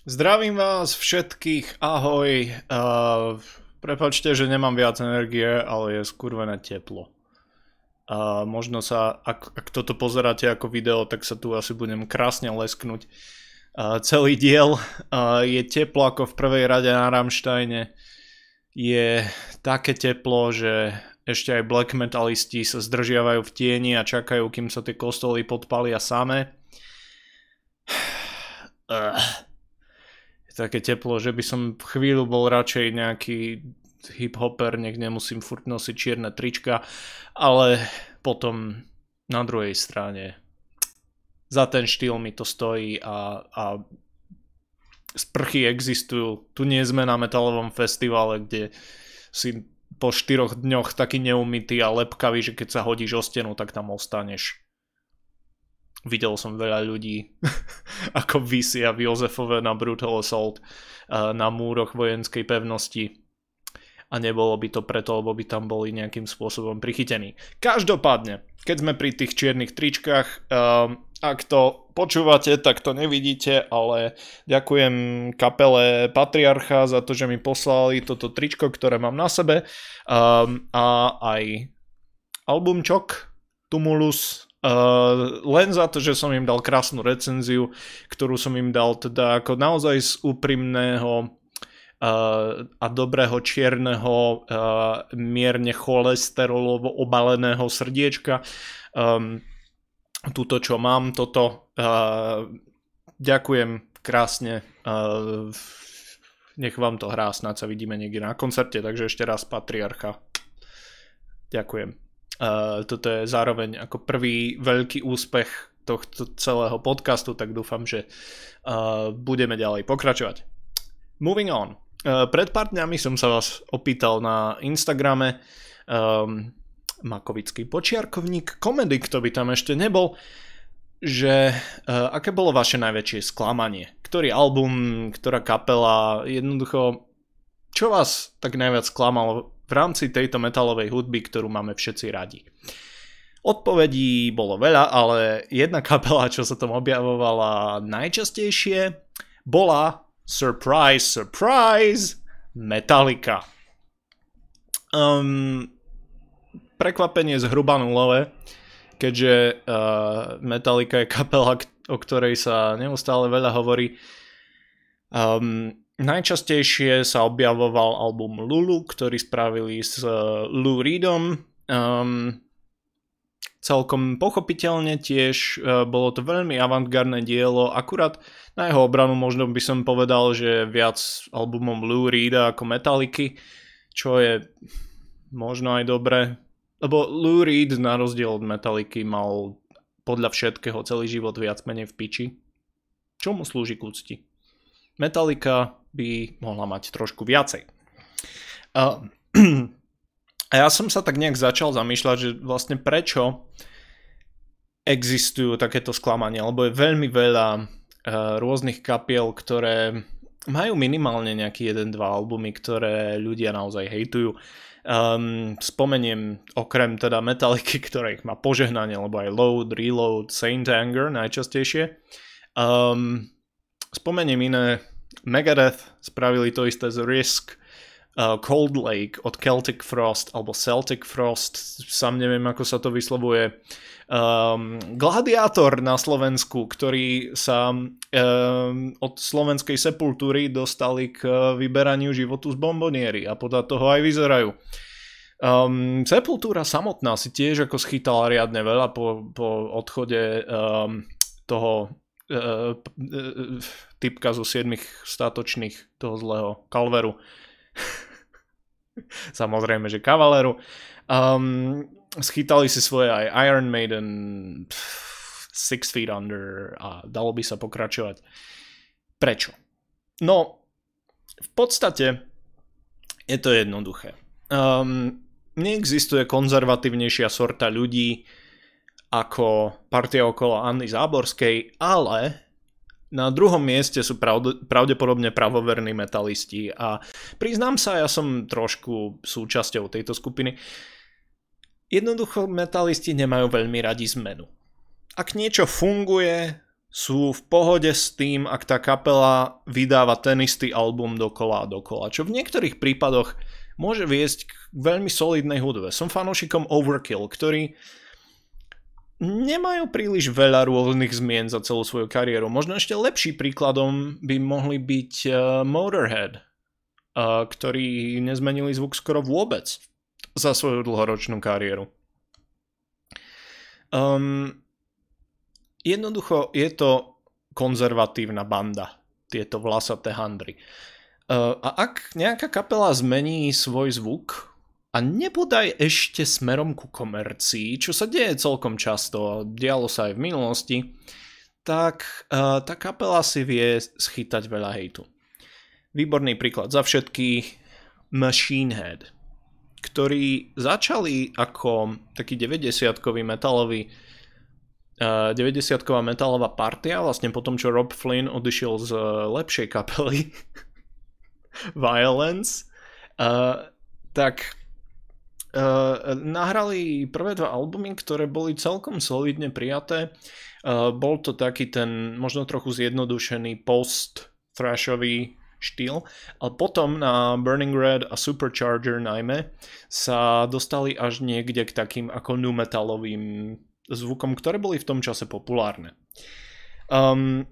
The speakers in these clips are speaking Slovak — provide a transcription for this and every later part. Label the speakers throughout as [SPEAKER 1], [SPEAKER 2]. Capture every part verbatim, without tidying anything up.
[SPEAKER 1] Zdravím vás všetkých, ahoj. Uh, prepačte, že nemám viac energie, ale je skurvené teplo. Uh, možno sa, ak, ak toto pozeráte ako video, tak sa tu asi budem krásne lesknúť. Uh, celý diel uh, je teplo ako v prvej rade na Rammsteine. Je také teplo, že ešte aj black metalisti sa zdržiavajú v tieni a čakajú, kým sa tie kostoly podpalia samé. Uh. Také teplo, že by som chvíľu bol radšej nejaký hip-hopper, nech nemusím furt nosiť čierne trička, ale potom na druhej strane za ten štýl mi to stojí a, a sprchy existujú. Tu nie sme na metalovom festivale, kde si po štyroch dňoch taký neumytý a lepkavý, že keď sa hodíš o stenu, tak tam ostaneš. Videl som veľa ľudí, ako visia v Jozefove na Brutal Assault na múroch vojenskej pevnosti. A nebolo by to preto, lebo by tam boli nejakým spôsobom prichytení. Každopádne, keď sme pri tých čiernych tričkách, um, ak to počúvate, tak to nevidíte, ale ďakujem kapele Patriarcha za to, že mi poslali toto tričko, ktoré mám na sebe. Um, a aj albumčok Tumulus. Uh, len za to, že som im dal krásnu recenziu, ktorú som im dal teda ako naozaj z úprimného uh, a dobrého čierneho uh, mierne cholesterolovo obaleného srdiečka. Um, Tuto čo mám, toto uh, ďakujem krásne, uh, nech vám to hrá, snáď sa vidíme niekde na koncerte, takže ešte raz Patriarcha, ďakujem. Uh, toto je zároveň ako prvý veľký úspech tohto celého podcastu, tak dúfam, že uh, budeme ďalej pokračovať. Moving on. Uh, pred pár dňami som sa vás opýtal na Instagrame um, Makovický počiarkovník komedy, kto by tam ešte nebol, že uh, aké bolo vaše najväčšie sklamanie? Ktorý album, ktorá kapela, jednoducho, čo vás tak najviac sklamalo v rámci tejto metalovej hudby, ktorú máme všetci radi? Odpovedí bolo veľa, ale jedna kapela, čo sa tam objavovala najčastejšie, bola surprise, surprise, Metallica. Um, prekvapenie zhruba nulové, keďže uh, Metallica je kapela, o ktorej sa neustále veľa hovorí. Um, Najčastejšie sa objavoval album Lulu, ktorý spravili s uh, Lou Reedom. Um, celkom pochopiteľne tiež uh, bolo to veľmi avantgardné dielo, akurát na jeho obranu možno by som povedal, že viac albumom Lou Reeda ako Metalliky, čo je možno aj dobré, lebo Lou Reed na rozdiel od Metalliky mal podľa všetkého celý život viac menej v piči, čo mu slúži k úcti. Metallica by mohla mať trošku viacej. A ja som sa tak nejak začal zamýšľať, že vlastne prečo existujú takéto sklamania, lebo je veľmi veľa rôznych kapiel, ktoré majú minimálne nejaký jeden, dva albumy, ktoré ľudia naozaj hejtujú. Um, spomeniem okrem teda Metalliky, ktoré ich má požehnanie, lebo aj Load, Reload, Saint Anger najčastejšie. Um, Spomeniem iné, Megadeth spravili to isté z Risk, uh, Cold Lake od Celtic Frost alebo Celtic Frost, sám neviem ako sa to vyslovuje, um, Gladiátor na Slovensku, ktorí sa um, od slovenskej Sepultúry dostali k vyberaniu životu z bomboniéry a podľa toho aj vyzerajú. Um, Sepultúra samotná si tiež ako schytala riadne veľa po, po odchode um, toho Uh, uh, typka zo siedmich státočných toho zlého Calveru. Samozrejme, že Cavaleru. Um, schytali si svoje aj Iron Maiden, Six Feet Under a dalo by sa pokračovať. Prečo? No, v podstate je to jednoduché. Um, neexistuje konzervatívnejšia sorta ľudí ako partia okolo Anny Záborskej, ale na druhom mieste sú pravd- pravdepodobne pravoverní metalisti a priznám sa, ja som trošku súčasťou tejto skupiny. Jednoducho metalisti nemajú veľmi radi zmenu. Ak niečo funguje, sú v pohode s tým, ak tá kapela vydáva ten istý album dokola a dokola, čo v niektorých prípadoch môže viesť k veľmi solidnej hudbe. Som fanúšikom Overkill, ktorí nemajú príliš veľa rôznych zmien za celú svoju kariéru. Možno ešte lepší príkladom by mohli byť uh, Motorhead, uh, ktorí nezmenili zvuk skoro vôbec za svoju dlhoročnú kariéru. Um, Jednoducho je to konzervatívna banda, tieto vlasaté handry. Uh, a ak nejaká kapela zmení svoj zvuk a nebodaj ešte smerom ku komercii, čo sa deje celkom často, dialo sa aj v minulosti, tak uh, tá kapela si vie schytať veľa hejtu. Výborný príklad za všetky Machine Head, ktorí začali ako taký deväťdesiatkový metalový Uh, deväťdesiatková metalová partia, vlastne potom, čo Rob Flynn odišiel z uh, lepšej kapely Violence, uh, tak uh, nahrali prvé dva albumy, ktoré boli celkom solidne prijaté. Uh, bol to taký ten možno trochu zjednodušený post-thrashový štýl, ale potom na Burning Red a Supercharger najmä sa dostali až niekde k takým ako nu metalovým zvukom, ktoré boli v tom čase populárne. Um,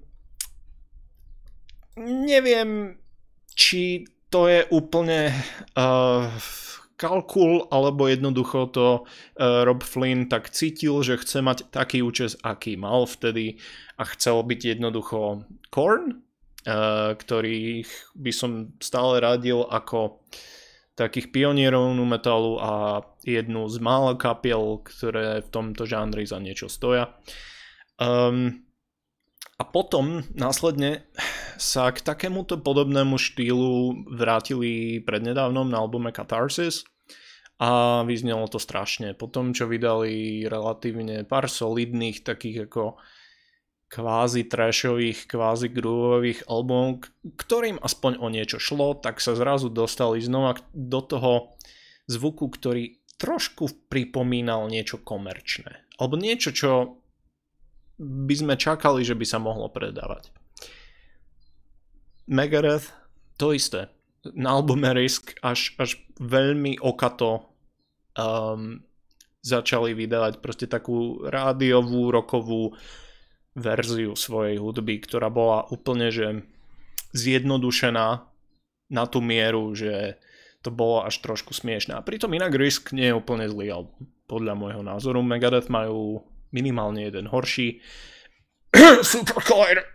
[SPEAKER 1] neviem, či to je úplne uh, kalkul, alebo jednoducho to uh, Rob Flynn tak cítil, že chce mať taký účes, aký mal vtedy a chcel byť jednoducho Korn, uh, ktorých by som stále radil ako takých pionierov nu metalu a jednu z mála kapiel, ktoré v tomto žánri za niečo stoja. Um, a potom následne sa k takémuto podobnému štýlu vrátili prednedávnom na albume Catharsis a vyznelo to strašne. Potom, čo vydali relatívne pár solidných takých ako kvázi trashových, kvázi grooveových albumov, ktorým aspoň o niečo šlo, tak sa zrazu dostali znova do toho zvuku, ktorý trošku pripomínal niečo komerčné. Alebo niečo, čo by sme čakali, že by sa mohlo predávať. Megadeth, to isté. Na albume Risk až, až veľmi okato um, začali vydávať proste takú rádiovú, rockovú verziu svojej hudby, ktorá bola úplne že zjednodušená na tú mieru, že to bolo až trošku smiešné. A pritom inak Risk nie je úplne zlý album. Podľa môjho názoru Megadeth majú minimálne jeden horší. Super Collider.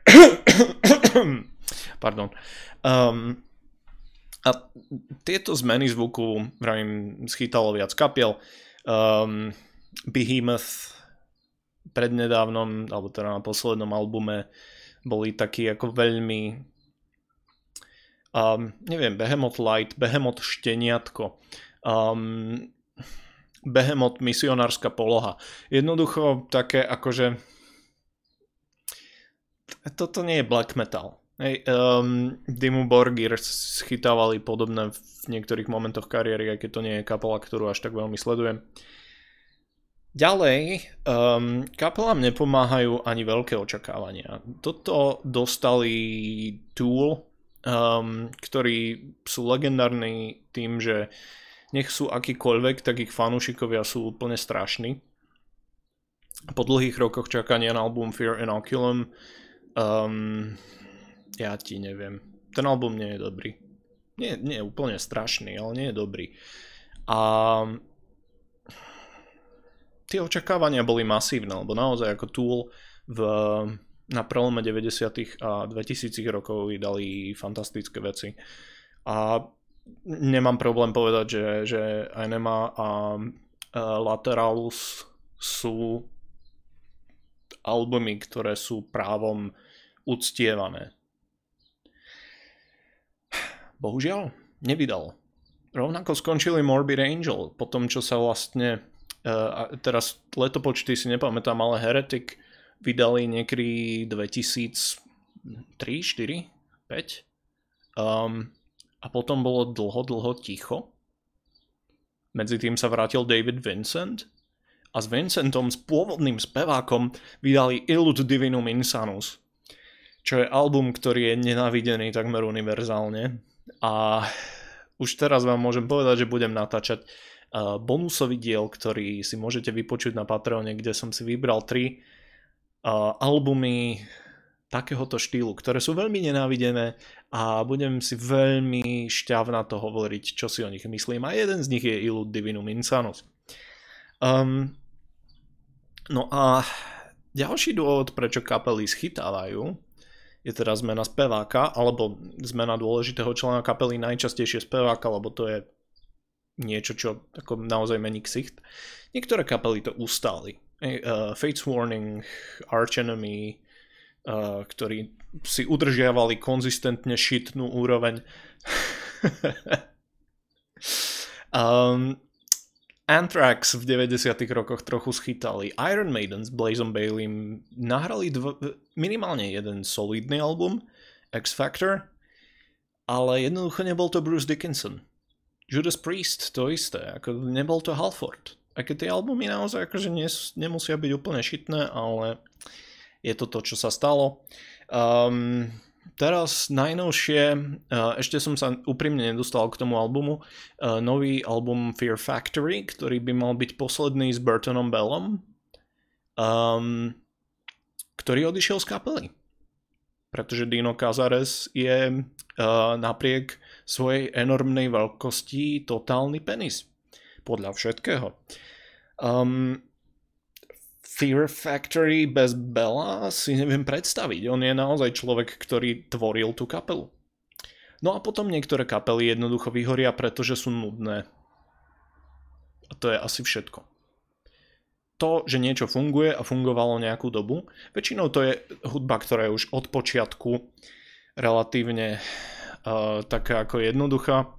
[SPEAKER 1] Pardon. Um, a tieto zmeny zvuku, vravím, schytalo viac kapiel. Um, Behemoth prednedávnom, alebo teda na poslednom albume boli takí ako veľmi um, neviem, Behemoth Light, Behemoth šteniatko, um, Behemoth misionárska poloha. Jednoducho také akože toto nie je black metal. Hej, um, Dimmu Borgir schytávali podobné v niektorých momentoch kariéry, aj keď to nie je kapela, ktorú až tak veľmi sledujem. Ďalej, um, kapelám nepomáhajú ani veľké očakávania. Toto dostali Tool, um, ktorí sú legendárni tým, že nech sú akýkoľvek, tak ich fanúšikovia sú úplne strašní. Po dlhých rokoch čakania na album Fear Inoculum, um, ja ti neviem, ten album nie je dobrý. Nie, nie je úplne strašný, ale nie je dobrý. A tie očakávania boli masívne, lebo naozaj ako Tool v, na prelome deväťdesiatych a dvetisícych rokov vydali fantastické veci. A nemám problém povedať, že, že Enema a Lateralus sú albumy, ktoré sú právom uctievané. Bohužiaľ, nevydalo. Rovnako skončili Morbid Angel, po tom, čo sa vlastne Uh, teraz letopočty si nepamätám, ale Heretic vydali niekedy dvetisíctri, štyri, päť um, a potom bolo dlho, dlho ticho. Medzi tým sa vrátil David Vincent a s Vincentom, s pôvodným spevákom, vydali Illud Divinum Insanus, čo je album, ktorý je nenávidený takmer univerzálne. A už teraz vám môžem povedať, že budem natáčať uh, bonusový diel, ktorý si môžete vypočuť na Patreone, kde som si vybral tri uh, albumy takéhoto štýlu, ktoré sú veľmi nenávidené a budem si veľmi šťavnato hovoriť, čo si o nich myslím. A jeden z nich je Illud Divinum Insanus. Um, no a ďalší dôvod, prečo kapely schytávajú, je teda zmena speváka, alebo zmena dôležitého člena kapely, najčastejšie speváka, lebo to je niečo, čo ako naozaj mení ksicht. Niektoré kapely to ustáli. Uh, Fates Warning, Arch Enemy, Uh, ktorí si udržiavali konzistentne šitnú úroveň. um, Anthrax v deväťdesiatych rokoch trochu schytali. Iron Maiden s Blazom Baileym nahrali dv- minimálne jeden solidný album, X Factor, ale jednoducho nebol to Bruce Dickinson. Judas Priest to isté, ako nebol to Halford. A keď tie albumy naozaj akože nes- nemusia byť úplne šitné, ale je to to, čo sa stalo. Um, teraz najnovšie, uh, ešte som sa úprimne nedostal k tomu albumu, uh, nový album Fear Factory, ktorý by mal byť posledný s Burtonom Bellom, um, ktorý odišiel z kapely. Pretože Dino Cazares je uh, napriek svojej enormnej veľkosti totálny penis. Podľa všetkého. Um, Fear Factory bez Bella si neviem predstaviť. On je naozaj človek, ktorý tvoril tú kapelu. No a potom niektoré kapely jednoducho vyhoria, pretože sú nudné. A to je asi všetko. To, že niečo funguje a fungovalo nejakú dobu, väčšinou to je hudba, ktorá je už od počiatku relatívne uh, taká ako jednoduchá,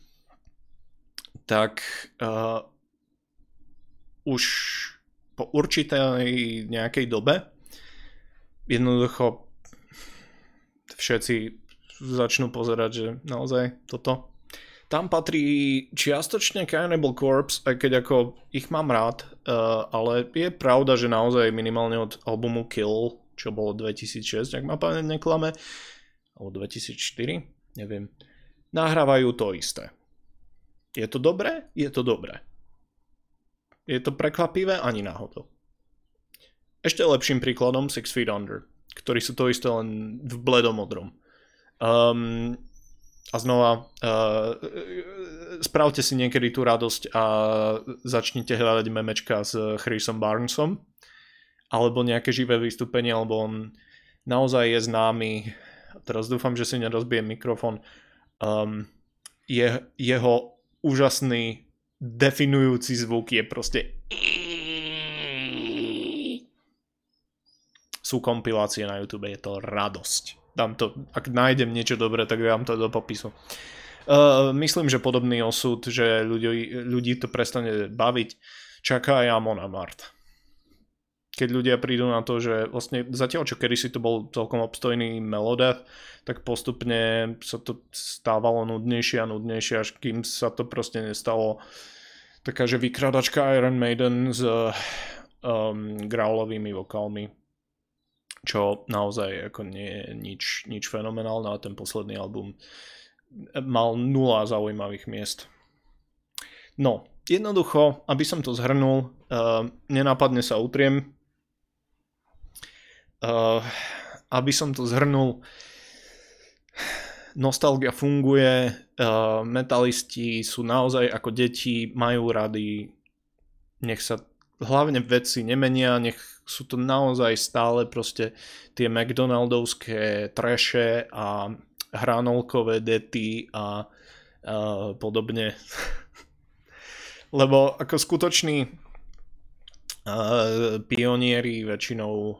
[SPEAKER 1] tak uh, už po určitej nejakej dobe jednoducho všetci začnú pozerať, že naozaj toto. Tam patrí čiastočne Cannibal Corpse, aj keď ako ich mám rád, uh, ale je pravda, že naozaj minimálne od albumu Kill, čo bolo dvetisícšesť, ak ma pamäť neklame, alebo dvetisícštyri, neviem, nahrávajú to isté. Je to dobré? Je to dobré. Je to prekvapivé? Ani náhodou. Ešte lepším príkladom Six Feet Under, ktorí sú to isté len v bledomodrom. Um, a znova, uh, spravte si niekedy tú radosť a začnite hľadať memečka s Chrisom Barnesom, alebo nejaké živé vystúpenie, alebo on naozaj je známy, teraz dúfam, že si nerozbijem mikrofón, um, je, jeho úžasný definujúci zvuk je proste sú kompilácie na YouTube, je to radosť. Dám to, ak nájdem niečo dobré, tak dám to do popisu. Uh, myslím, že podobný osud, že ľudí, ľudí to prestane baviť, čaká aj Amon Amarth. Keď ľudia prídu na to, že vlastne zatiaľ, čo kedysi to bol celkom obstojný Melodeath, tak postupne sa to stávalo nudnejšie a nudnejšie, až kým sa to proste nestalo taká, že vykradačka Iron Maiden s um, growlovými vokálmi, čo naozaj ako nie je nič, nič fenomenálne, a ten posledný album mal nula zaujímavých miest. No, jednoducho, aby som to zhrnul, uh, nenápadne sa utriem, Uh, aby som to zhrnul, nostalgia funguje, uh, metalisti sú naozaj ako deti, majú rady, nech sa hlavne veci nemenia, nech sú to naozaj stále proste tie McDonaldovské treše a hranolkové dety a uh, podobne. Lebo ako skutoční uh, pionieri väčšinou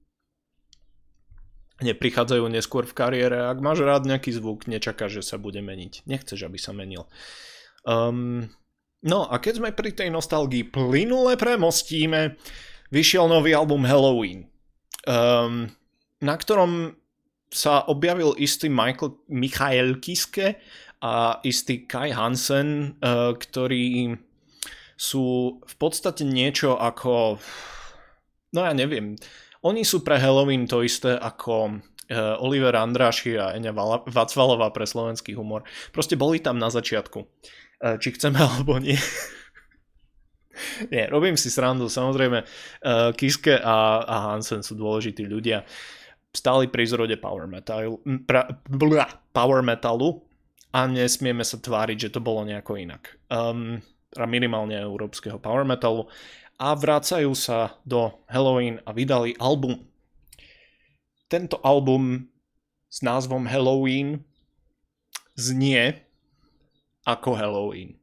[SPEAKER 1] neprichádzajú neskôr v kariére. Ak máš rád nejaký zvuk, nečakáš, že sa bude meniť. Nechceš, aby sa menil. Um, no a keď sme pri tej nostalgii plynule premostíme, vyšiel nový album Halloween, um, na ktorom sa objavil istý Michael, Michael Kiske a istý Kai Hansen, uh, ktorí sú v podstate niečo ako, no ja neviem, oni sú pre Halloween to isté ako Oliver Andráši a Eňa Vacvalová pre slovenský humor. Proste boli tam na začiatku. Či chceme alebo nie. Nie, robím si srandu. Samozrejme, Kiske a, a Hansen sú dôležití ľudia. Stáli pri zrode power metalu, pra, blá, power metalu a nesmieme sa tváriť, že to bolo nejako inak. Um, minimálne európskeho power metalu. A vracajú sa do Halloween a vydali album. Tento album s názvom Halloween znie ako Halloween.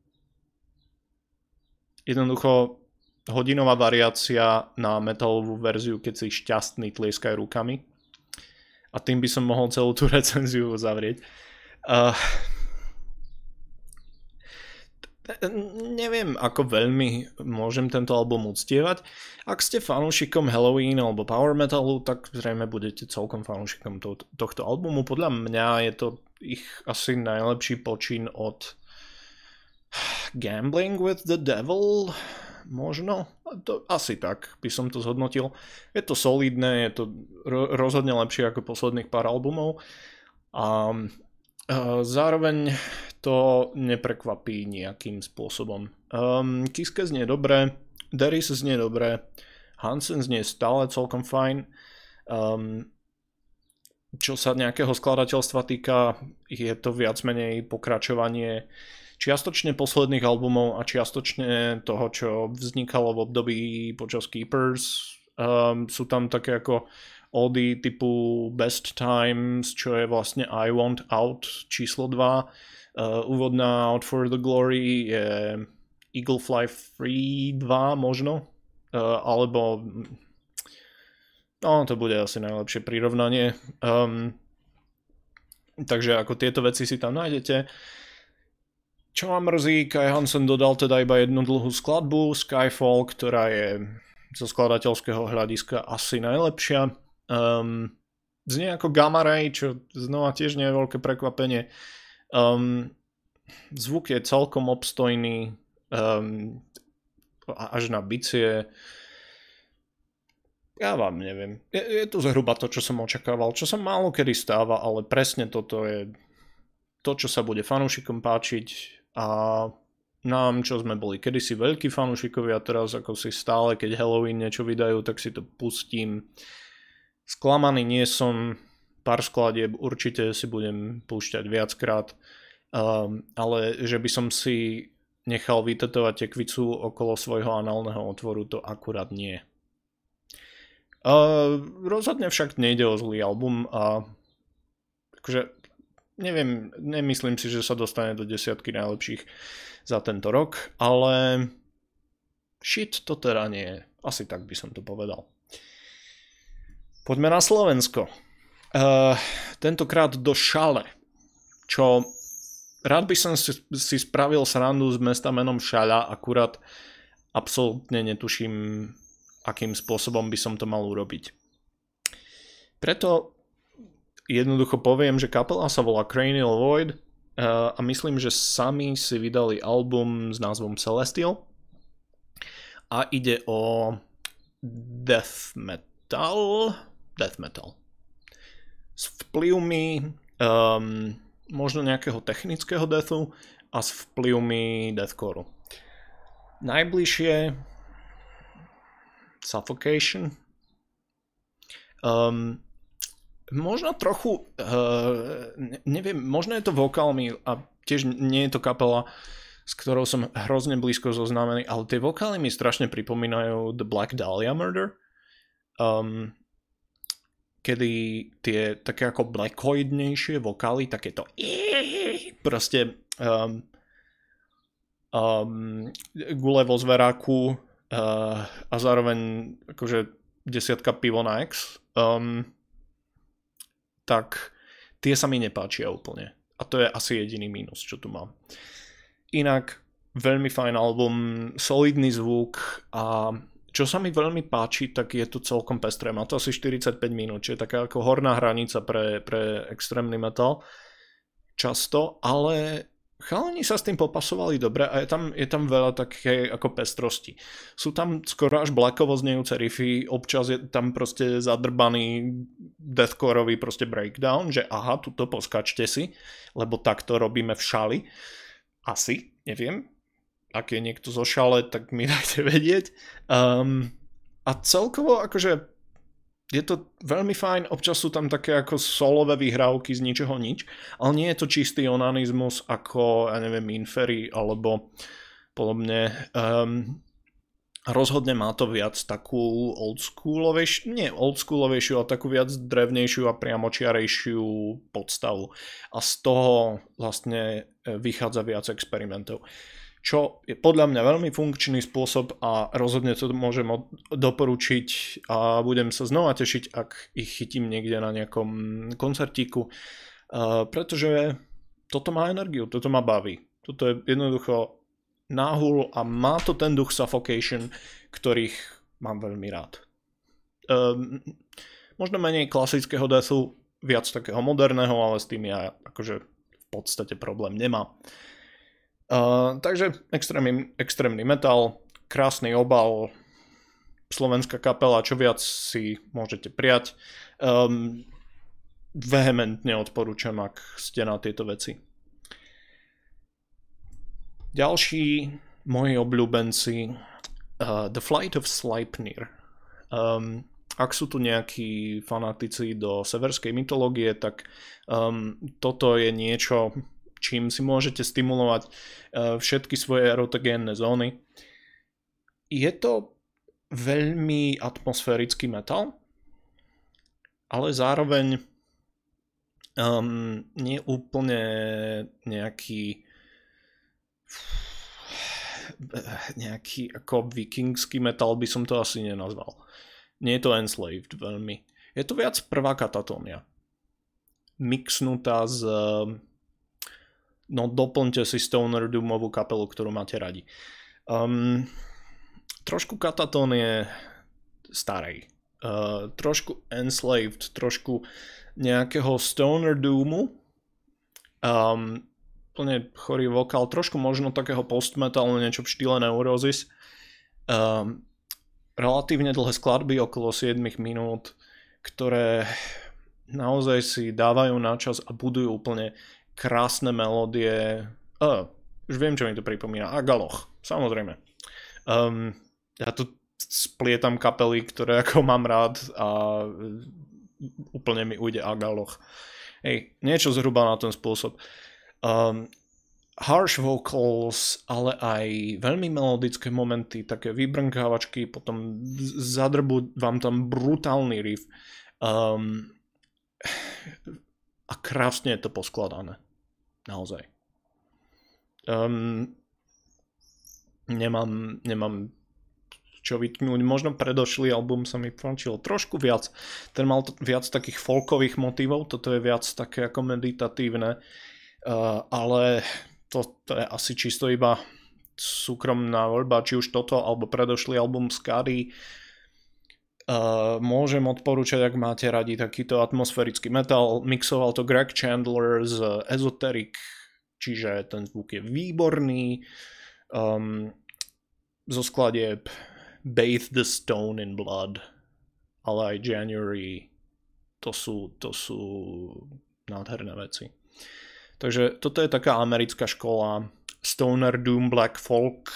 [SPEAKER 1] Jednoducho hodinová variácia na metalovú verziu, keď si šťastný tlieskaj rukami. A tým by som mohol celú tú recenziu uzavrieť. Uh, neviem, ako veľmi môžem tento album uctievať. Ak ste fanúšikom Halloween alebo power metalu, tak zrejme budete celkom fanúšikom to, tohto albumu. Podľa mňa je to ich asi najlepší počin od Gambling with the Devil, možno? To, asi tak by som to zhodnotil. Je to solidné, je to ro- rozhodne lepšie ako posledných pár albumov. A Uh, zároveň to neprekvapí nejakým spôsobom. Um, Kiske znie dobre, Deris znie dobre, Hansen znie stále celkom fajn. Um, čo sa nejakého skladateľstva týka, je to viac menej pokračovanie čiastočne posledných albumov a čiastočne toho, čo vznikalo v období počas Keepers. Um, sú tam také ako ody typu Best Times, čo je vlastne I Want Out číslo dva. Uh, úvodná Out for the Glory je Eagle Fly Free dva možno. Uh, alebo no to bude asi najlepšie prirovnanie. Um, takže ako tieto veci si tam nájdete. Čo ma mrzí, Kai Hansen dodal teda iba jednu dlhú skladbu, Skyfall, ktorá je zo skladateľského hľadiska asi najlepšia. Um, znie ako Gamma Ray, čo znova tiež nie je veľké prekvapenie. Um, zvuk je celkom obstojný, um, až na bicie. Ja vám neviem. Je, je to zhruba to, čo som očakával, čo sa málo kedy stáva, ale presne toto je to, čo sa bude fanúšikom páčiť a nám, čo sme boli kedysi veľkí fanúšikovia, teraz ako si stále, keď Halloween niečo vydajú, tak si to pustím. Sklamaný nie som, pár skladieb určite si budem púšťať viackrát, um, ale že by som si nechal vytetovať tekvicu okolo svojho análneho otvoru, to akurát nie. Uh, rozhodne však nejde o zlý album a akože neviem, nemyslím si, že sa dostane do desiatky najlepších za tento rok, ale shit to teda nie je. Asi tak by som to povedal. Poďme na Slovensko. Uh, tentokrát do Šale, čo rád by som si, si spravil srandu z mesta menom Šaľa, akurát absolútne netuším, akým spôsobom by som to mal urobiť. Preto jednoducho poviem, že kapela sa volá Cranial Void uh, a myslím, že sami si vydali album s názvom Celestial a ide o death metal... death metal. S vplyvmi um, možno nejakého technického deathu a s vplyvmi deathcore. Najbližšie Suffocation. Um, možno trochu, uh, neviem, možno je to vokálmi a tiež nie je to kapela, s ktorou som hrozne blízko zoznámený, ale tie vokály mi strašne pripomínajú The Black Dahlia Murder. Um, kedy tie také ako blackoidnejšie vokály, takéto proste um, um, gule vo zveráku uh, a zároveň akože desiatka pivo na ex, um, tak tie sa mi nepáčia úplne. A to je asi jediný mínus, čo tu mám. Inak veľmi fajn album, solidný zvuk a čo sa mi veľmi páči, tak je tu celkom pestré. Má to asi štyridsaťpäť minút, čo je taká ako horná hranica pre, pre extrémny metal. Často, ale chalani sa s tým popasovali dobre a je tam, je tam veľa také ako pestrosti. Sú tam skoro až blackovo znejúce riffy, občas je tam proste zadrbaný deathcoreový proste breakdown, že aha, tuto poskačte si, lebo takto robíme v šali. Asi, neviem. Ak je niekto zo šale, tak mi dajte vedieť. Um, a celkovo akože je to veľmi fajn, občas sú tam také ako solové vyhrávky z ničoho nič, ale nie je to čistý onanizmus ako, ja neviem, Infery alebo podobne. Um, rozhodne má to viac takú oldschoolovejšiu, nie oldschoolovejšiu, ale takú viac drevnejšiu a priamočiarejšiu podstavu. A z toho vlastne vychádza viac experimentov. Čo je podľa mňa veľmi funkčný spôsob a rozhodne to môžem doporučiť a budem sa znova tešiť, ak ich chytím niekde na nejakom koncertíku, pretože toto má energiu, toto ma baví. Toto je jednoducho náhul a má to ten duch Suffocation, ktorých mám veľmi rád. Um, možno menej klasického deathu, viac takého moderného, ale s tým ja akože v podstate problém nemám. Uh, takže extrémny, extrémny metal, krásny obal, slovenská kapela, čo viac si môžete prijať. Um, vehementne odporúčam, ak ste na tieto veci. Ďalší moji obľúbenci, uh, The Flight of Sleipnir. Um, ak sú tu nejakí fanatici do severskej mytológie, tak um, toto je niečo, čím si môžete stimulovať uh, všetky svoje erotogénne zóny. Je to veľmi atmosférický metal, ale zároveň um, nie úplne nejaký nejaký ako vikingský metal by som to asi nenazval. Nie je to enslaved veľmi. Je to viac prvá katatónia. Mixnutá z no doplňte si stoner doomovú kapelu, ktorú máte radi. Um, trošku katatón je starej. Uh, trošku enslaved, trošku nejakého stoner doomu. Um, plne chorý vokál, trošku možno takého postmetalu, niečo v štýle Neurosis. Um, relatívne dlhé skladby, okolo sedem minút, ktoré naozaj si dávajú na čas a budujú úplne krásne melódie. Uh, už viem, čo mi to pripomína. Agaloch, samozrejme. Um, ja tu splietam kapely, ktoré ako mám rád a úplne mi ujde Agaloch. Hej, niečo zhruba na ten spôsob. Um, harsh vocals, ale aj veľmi melodické momenty, také vybrnkávačky, potom zadrbú vám tam brutálny riff. Um, a krásne je to poskladané. Naozaj. Um, nemám, nemám čo vytknúť. Možno predošlý album sa mi páčil trošku viac. Ten mal t- viac takých folkových motivov, toto je viac také ako meditatívne. Uh, ale to, to je asi čisto iba súkromná voľba, či už toto alebo predošlý album Skady. Uh, môžem odporúčať, ak máte radi takýto atmosférický metal. Mixoval to Greg Chandler z Esoteric, čiže ten zvuk je výborný. Um, zo skladieb Bathe the Stone in Blood, ale aj January, to sú, to sú nádherné veci. Takže toto je taká americká škola Stoner Doom Black Folk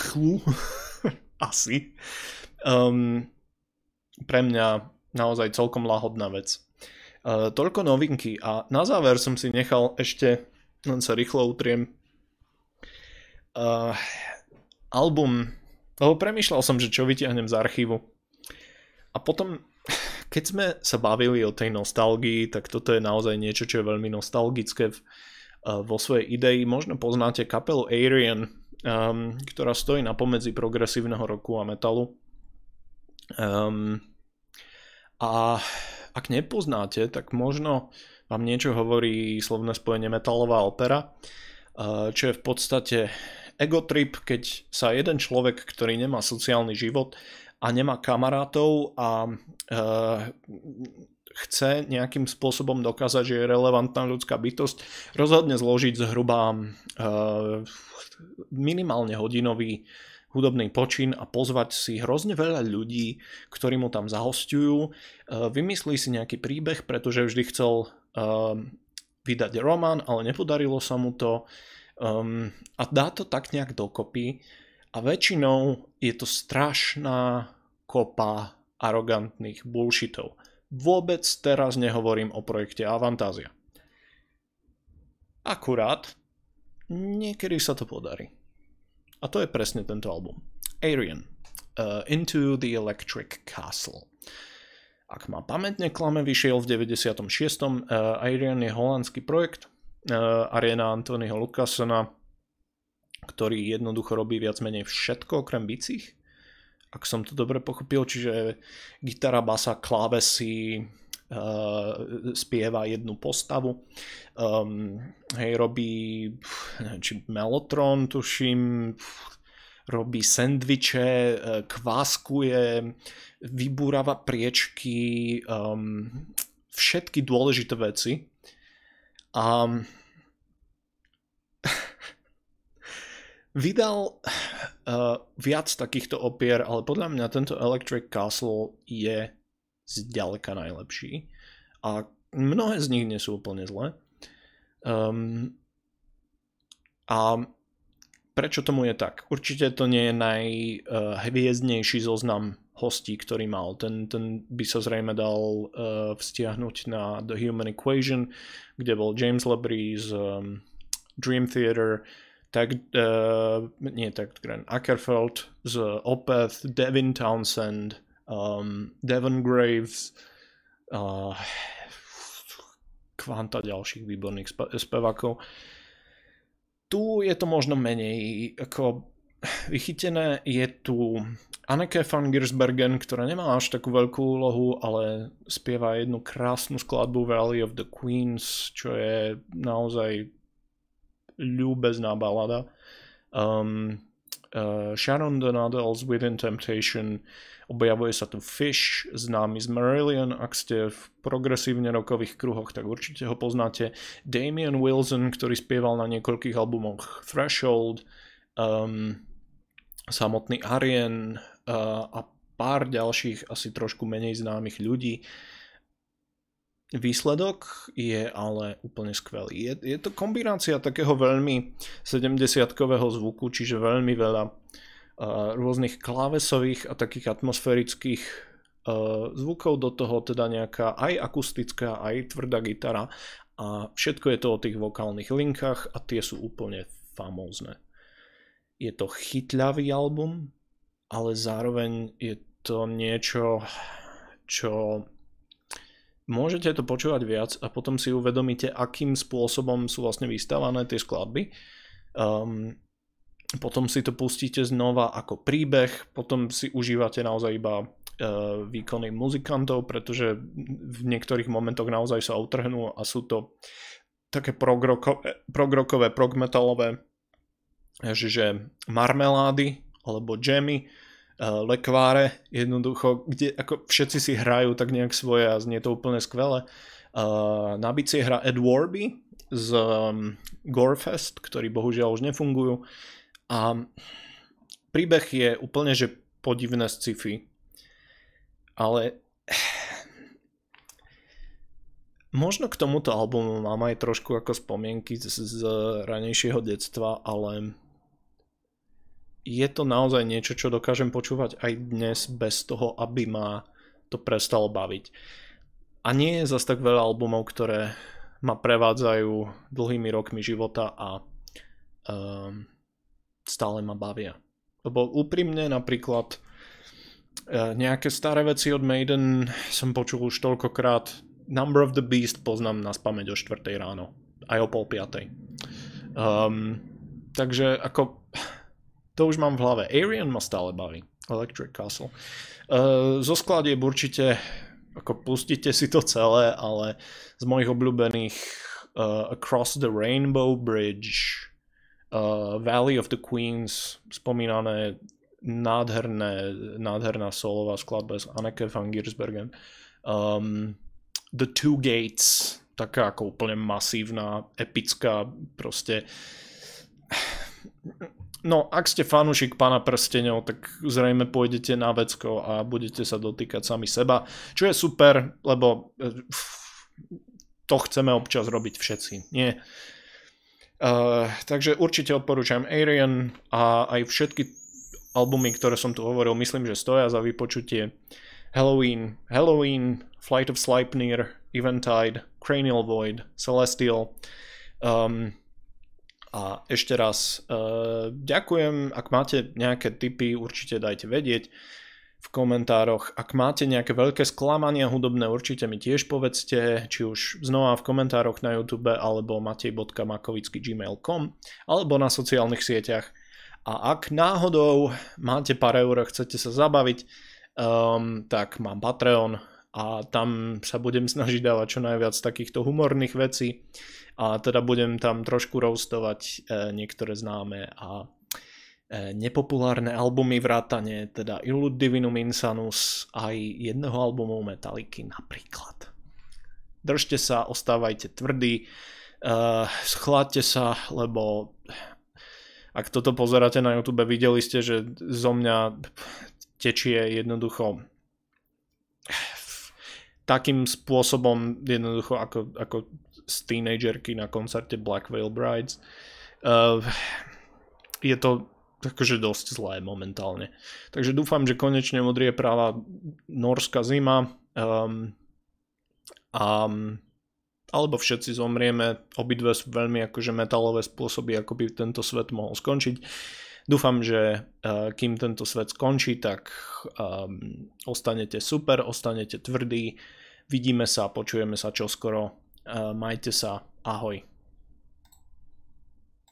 [SPEAKER 1] asi. Um, pre mňa naozaj celkom lahodná vec. Uh, toľko novinky a na záver som si nechal ešte, len sa rýchlo utriem, uh, album, lebo premýšľal som, že čo vytiahnem z archívu. A potom, keď sme sa bavili o tej nostalgii, tak toto je naozaj niečo, čo je veľmi nostalgické v, uh, vo svojej idei. Možno poznáte kapelu Arian, um, ktorá stojí na pomedzi progresívneho rocku a metalu. Um, a ak nepoznáte, tak možno vám niečo hovorí slovné spojenie metalová opera, uh, čo je v podstate ego trip, keď sa jeden človek, ktorý nemá sociálny život a nemá kamarátov a uh, chce nejakým spôsobom dokázať, že je relevantná ľudská bytosť, rozhodne zložiť zhruba uh, minimálne hodinový hudobný počin a pozvať si hrozne veľa ľudí, ktorí mu tam zahostujú. Vymyslí si nejaký príbeh, pretože vždy chcel um, vydať román, ale nepodarilo sa mu to. Um, a dá to tak nejak dokopy. A väčšinou je to strašná kopa arogantných bullshitov. Vôbec teraz nehovorím o projekte Avantasia. Akurát niekedy sa to podarí. A to je presne tento album. Arian, uh, Into the Electric Castle. Ak ma pamäť neklame, vyšiel v deväťdesiatom šiestom. Uh, Arian je holandský projekt uh, Ariana Anthonyho Lucasona, ktorý jednoducho robí viac menej všetko okrem bicích. Ak som to dobre pochopil, čiže gitara, basa, klávesy, uh, spieva jednu postavu. Um, hej, robí neviem, či Mellotron, tuším, robí sendviče, kváskuje, vybúrava priečky, um, všetky dôležité veci. A vydal uh, viac takýchto opier, ale podľa mňa tento Electric Castle je zďaleka najlepší. A mnohé z nich nie sú úplne zlé. Um, a prečo tomu je tak? Určite to nie je najhviezdnejší zoznam hostí, ktorý mal. Ten, ten by sa zrejme dal uh, vzťahnuť na The Human Equation, kde bol James Labrie z um, Dream Theater, tak, uh, nie tak, Ackerfeld z Opeth, Devin Townsend, um, Devon Graves, uh, kvanta ďalších výborných spe- spevákov. Tu je to možno menej ako vychytené. Je tu Anneke van Giersbergen, ktorá nemá až takú veľkú úlohu, ale spieva jednu krásnu skladbu Valley of the Queens, čo je naozaj ľúbezná balada. Um, uh, Sharon Donadels Within Temptation, objavuje sa tu Fish, známy z Marillion, ak ste v progresívne rockových kruhoch, tak určite ho poznáte. Damien Wilson, ktorý spieval na niekoľkých albumoch Threshold, um, samotný Arian uh, a pár ďalších asi trošku menej známych ľudí. Výsledok je ale úplne skvelý. Je, je to kombinácia takého veľmi sedemdesiatkového zvuku, čiže veľmi veľa uh, rôznych klávesových a takých atmosférických uh, zvukov, do toho teda nejaká aj akustická, aj tvrdá gitara a všetko je to o tých vokálnych linkách a tie sú úplne famózne. Je to chytľavý album, ale zároveň je to niečo, čo môžete to počúvať viac a potom si uvedomíte, akým spôsobom sú vlastne vystavané tie skladby. Um, potom si to pustíte znova ako príbeh, potom si užívate naozaj iba uh, výkony muzikantov, pretože v niektorých momentoch naozaj sa utrhnú a sú to také prog-rockové, prog-rockové, prog-metalové, že marmelády alebo džemy, lekváre, jednoducho, kde ako všetci si hrajú tak nejak svoje a znie to úplne skvelé. Na bicie hra Ed Warby z um, Gorefest, ktorí bohužiaľ už nefungujú. A príbeh je úplne, že podivné sci-fi. Ale možno k tomuto albumu mám aj trošku ako spomienky z, z ranejšieho detstva, ale je to naozaj niečo, čo dokážem počúvať aj dnes bez toho, aby ma to prestalo baviť. A nie je zas tak veľa albumov, ktoré ma prevádzajú dlhými rokmi života a um, stále ma bavia. Lebo úprimne napríklad uh, nejaké staré veci od Maiden som počul už toľkokrát. Number of the Beast poznám naspamäť o štvrtej ráno. Aj o pol piatej. Um, takže ako to už mám v hlave. Arian ma stále baví. Electric Castle. Uh, zo skladieb určite ako pustíte si to celé, ale z mojich obľúbených uh, Across the Rainbow Bridge, uh, Valley of the Queens, spomínané nádherné, nádherná solová skladba z Anneke van Giersbergen. Um, The Two Gates, taká ako úplne masívna, epická, proste... No, ak ste fanúšik Pána prsteňov, tak zrejme pôjdete na vecko a budete sa dotýkať sami seba, čo je super, lebo to chceme občas robiť všetci, nie? Uh, takže určite odporúčam Arian a aj všetky albumy, ktoré som tu hovoril, myslím, že stoja za vypočutie. Halloween, Halloween, Flight of Sleipnir, Eventide, Cranial Void, Celestial. Um, a ešte raz uh, ďakujem, ak máte nejaké tipy, určite dajte vedieť v komentároch. Ak máte nejaké veľké sklamania hudobné, určite mi tiež povedzte, či už znova v komentároch na YouTube, alebo matej bodka makovický bodka gmail bodka com, alebo na sociálnych sieťach. A ak náhodou máte pár eur, chcete sa zabaviť, Um, tak mám Patreon a tam sa budem snažiť dávať čo najviac takýchto humorných vecí a teda budem tam trošku roastovať e, niektoré známe a e, nepopulárne albumy vrátane teda Illud Divinum Insanus aj jedného albumu Metalliky napríklad. Držte sa, ostávajte tvrdí, uh, schladte sa, lebo ak toto pozeráte na YouTube, videli ste, že zo mňa tečie jednoducho takým spôsobom jednoducho ako, ako z teenagerky na koncerte Black Veil Brides. Uh, je to akože dosť zlé momentálne. Takže dúfam, že konečne modrie práva norská zima um, a, alebo všetci zomrieme. Obidve sú veľmi akože metalové spôsoby, ako by tento svet mohol skončiť. Dúfam, že uh, kým tento svet skončí, tak um, ostanete super, ostanete tvrdí. Vidíme sa, počujeme sa čoskoro. Uh, majte sa. Ahoj.